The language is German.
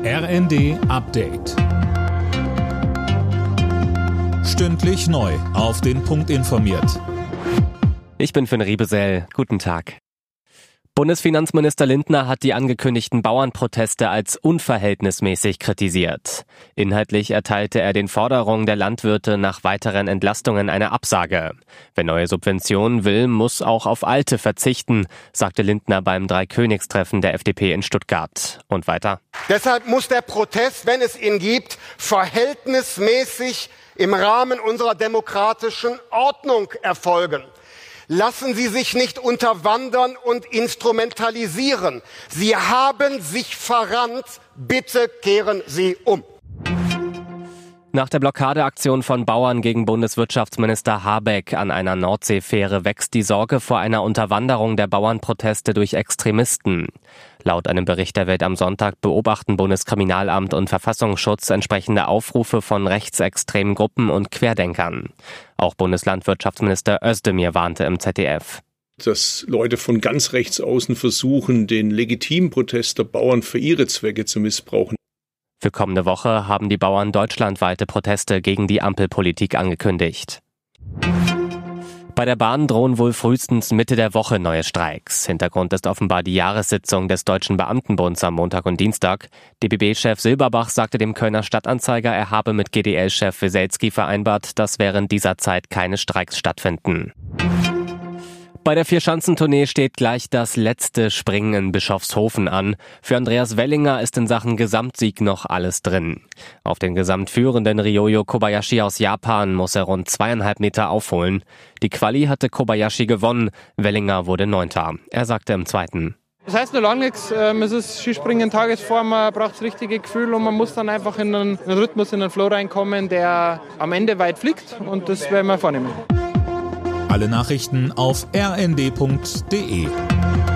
RND Update. Stündlich neu auf den Punkt informiert. Ich bin Finn Riebesell. Guten Tag. Bundesfinanzminister Lindner hat die angekündigten Bauernproteste als unverhältnismäßig kritisiert. Inhaltlich erteilte er den Forderungen der Landwirte nach weiteren Entlastungen eine Absage. Wer neue Subventionen will, muss auch auf alte verzichten, sagte Lindner beim Dreikönigstreffen der FDP in Stuttgart. Und weiter. Deshalb muss der Protest, wenn es ihn gibt, verhältnismäßig im Rahmen unserer demokratischen Ordnung erfolgen. Lassen Sie sich nicht unterwandern und instrumentalisieren. Sie haben sich verrannt. Bitte kehren Sie um. Nach der Blockadeaktion von Bauern gegen Bundeswirtschaftsminister Habeck an einer Nordseefähre wächst die Sorge vor einer Unterwanderung der Bauernproteste durch Extremisten. Laut einem Bericht der Welt am Sonntag beobachten Bundeskriminalamt und Verfassungsschutz entsprechende Aufrufe von rechtsextremen Gruppen und Querdenkern. Auch Bundeslandwirtschaftsminister Özdemir warnte im ZDF. Dass Leute von ganz rechts außen versuchen, den legitimen Protest der Bauern für ihre Zwecke zu missbrauchen. Für kommende Woche haben die Bauern deutschlandweite Proteste gegen die Ampelpolitik angekündigt. Bei der Bahn drohen wohl frühestens Mitte der Woche neue Streiks. Hintergrund ist offenbar die Jahressitzung des Deutschen Beamtenbunds am Montag und Dienstag. DBB-Chef Silberbach sagte dem Kölner Stadtanzeiger, er habe mit GDL-Chef Weselski vereinbart, dass während dieser Zeit keine Streiks stattfinden. Bei der Vierschanzentournee steht gleich das letzte Springen in Bischofshofen an. Für Andreas Wellinger ist in Sachen Gesamtsieg noch alles drin. Auf den gesamtführenden Ryoyo Kobayashi aus Japan muss er rund 2,5 Meter aufholen. Die Quali hatte Kobayashi gewonnen, Wellinger wurde 9. Er sagte im Zweiten: Das heißt noch lange nichts, es ist Skispringen Tagesform, man braucht das richtige Gefühl und man muss dann einfach in einen Rhythmus, in einen Flow reinkommen, der am Ende weit fliegt, und das werden wir vornehmen. Alle Nachrichten auf rnd.de.